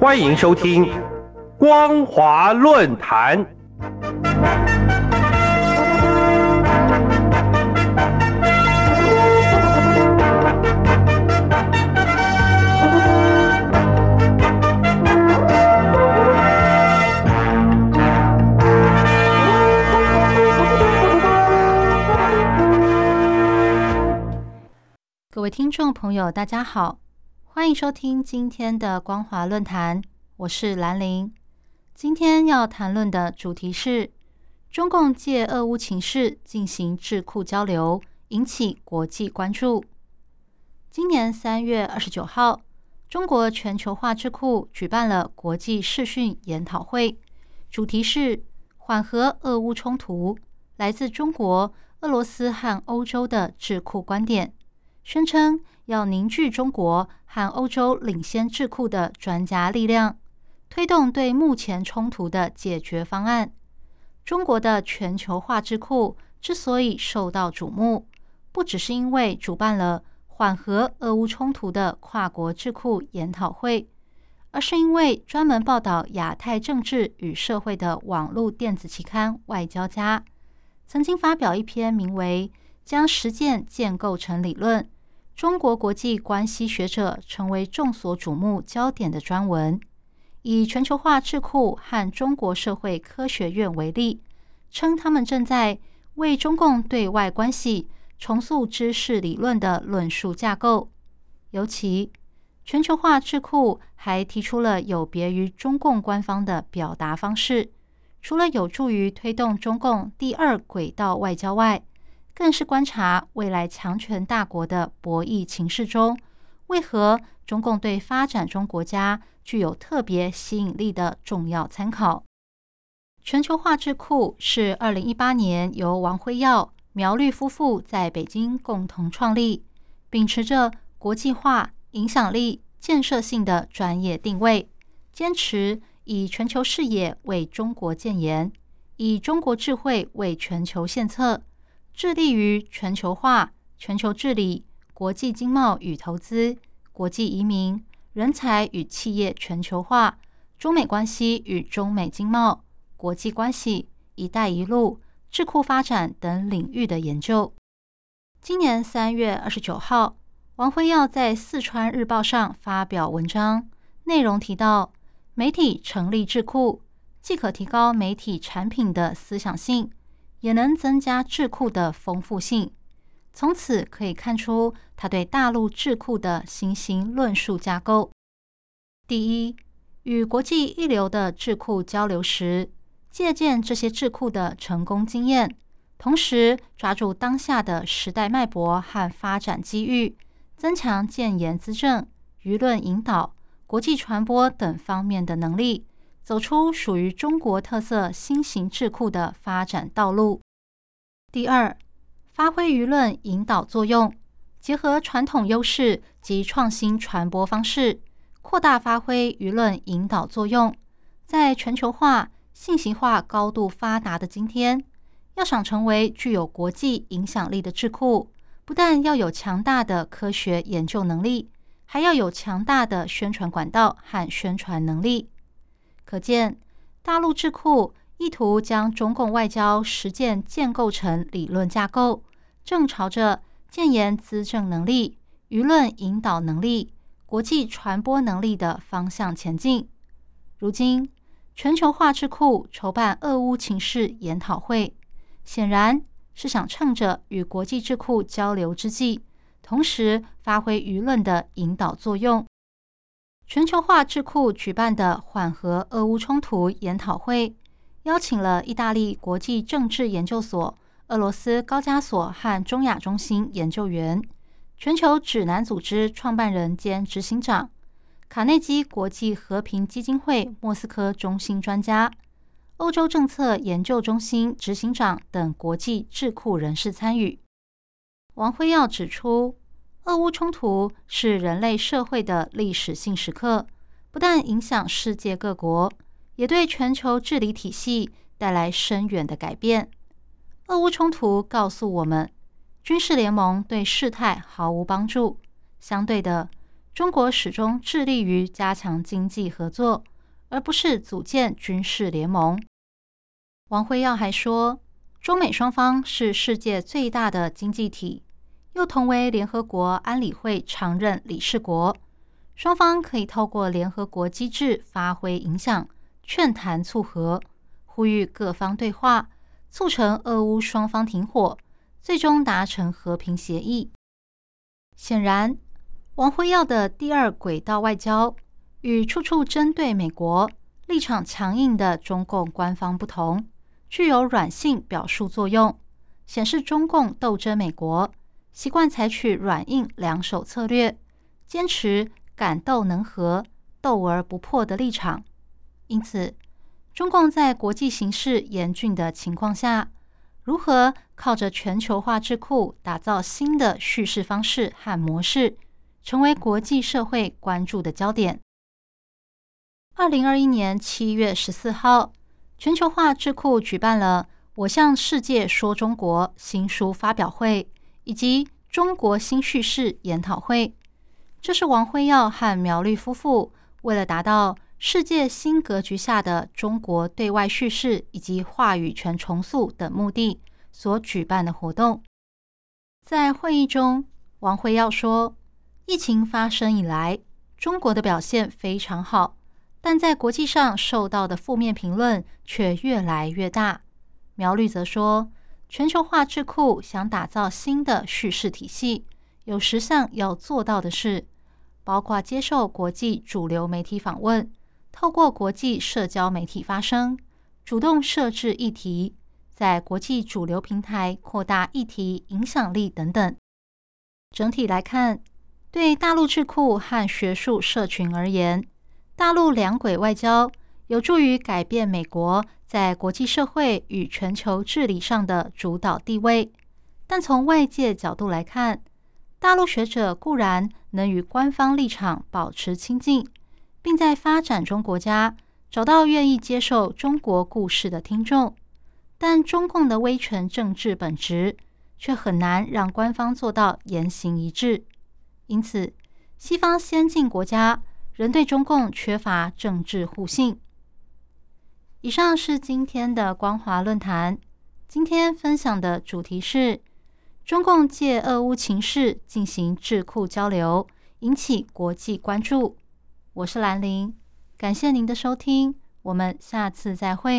欢迎收听光华论坛。 各位听众朋友，大家好，欢迎收听今天的光华论坛，我是兰玲。今天要谈论的主题是中共借俄乌情势进行智库交流，引起国际关注。今年3月29号，中国全球化智库举办了国际视讯研讨会，主题是缓和俄乌冲突，来自中国、俄罗斯和欧洲的智库观点，宣称要凝聚中国和欧洲领先智库的专家力量，推动对目前冲突的解决方案。中国的全球化智库之所以受到瞩目，不只是因为主办了缓和俄乌冲突的跨国智库研讨会，而是因为专门报道亚太政治与社会的网络电子期刊《外交家》曾经发表一篇名为《将实践建构成理论》，中国国际关系学者成为众所瞩目焦点的专文，以全球化智库和中国社会科学院为例，称他们正在为中共对外关系重塑知识理论的论述架构。尤其全球化智库还提出了有别于中共官方的表达方式，除了有助于推动中共第二轨道外交外，更是观察未来强权大国的博弈情势中，为何中共对发展中国家具有特别吸引力的重要参考。全球化智库是2018年由王辉耀、苗绿夫妇在北京共同创立，秉持着国际化、影响力、建设性的专业定位，坚持以全球视野为中国建言，以中国智慧为全球献策，致力于全球化、全球治理、国际经贸与投资、国际移民、人才与企业全球化、中美关系与中美经贸、国际关系、一带一路、智库发展等领域的研究。今年3月29号，王辉耀在四川日报上发表文章，内容提到，媒体成立智库，既可提高媒体产品的思想性，也能增加智库的丰富性。从此可以看出他对大陆智库的新型论述架构。第一，与国际一流的智库交流时，借鉴这些智库的成功经验，同时抓住当下的时代脉搏和发展机遇，增强建言资政、舆论引导、国际传播等方面的能力，走出属于中国特色新型智库的发展道路。第二，发挥舆论引导作用，结合传统优势及创新传播方式，扩大发挥舆论引导作用。在全球化、信息化高度发达的今天，要想成为具有国际影响力的智库，不但要有强大的科学研究能力，还要有强大的宣传管道和宣传能力。可见，大陆智库意图将中共外交实践建构成理论架构，正朝着建言资政能力、舆论引导能力、国际传播能力的方向前进。如今，全球化智库筹办俄乌情势研讨会，显然是想趁着与国际智库交流之际，同时发挥舆论的引导作用。全球化智库举办的缓和俄乌冲突研讨会，邀请了意大利国际政治研究所、俄罗斯高加索和中亚中心研究员、全球指南组织创办人兼执行长、卡内基国际和平基金会莫斯科中心专家、欧洲政策研究中心执行长等国际智库人士参与。王辉耀指出，俄乌冲突是人类社会的历史性时刻，不但影响世界各国，也对全球治理体系带来深远的改变。俄乌冲突告诉我们，军事联盟对事态毫无帮助，相对的， 中国始终致力于加强经济合作，而不是组建军事联盟。王辉耀还说，中美双方是世界最大的经济体，又同为联合国安理会常任理事国，双方可以透过联合国机制发挥影响，劝谈促和，呼吁各方对话，促成俄乌双方停火，最终达成和平协议。显然，王辉耀的第二轨道外交与处处针对美国、立场强硬的中共官方不同，具有软性表述作用，显示中共斗争美国习惯采取软硬两手策略，坚持敢斗能和、斗而不破的立场。因此，中共在国际形势严峻的情况下，如何靠着全球化智库打造新的叙事方式和模式，成为国际社会关注的焦点。2021年7月14号，全球化智库举办了“我向世界说中国”新书发表会以及中国新叙事研讨会。这是王辉耀和苗绿夫妇为了达到世界新格局下的中国对外叙事以及话语权重塑等目的所举办的活动。在会议中，王辉耀说，疫情发生以来，中国的表现非常好，但在国际上受到的负面评论却越来越大。苗绿则说，全球化智库想打造新的叙事体系，有10项要做到的事，包括接受国际主流媒体访问，透过国际社交媒体发声，主动设置议题，在国际主流平台扩大议题影响力等等。整体来看，对大陆智库和学术社群而言，大陆两轨外交有助于改变美国在国际社会与全球治理上的主导地位。但从外界角度来看，大陆学者固然能与官方立场保持亲近，并在发展中国家找到愿意接受中国故事的听众，但中共的威权政治本质却很难让官方做到言行一致。因此，西方先进国家仍对中共缺乏政治互信。以上是今天的光华论坛。今天分享的主题是中共借俄乌情势进行智库交流，引起国际关注。我是兰玲，感谢您的收听，我们下次再会。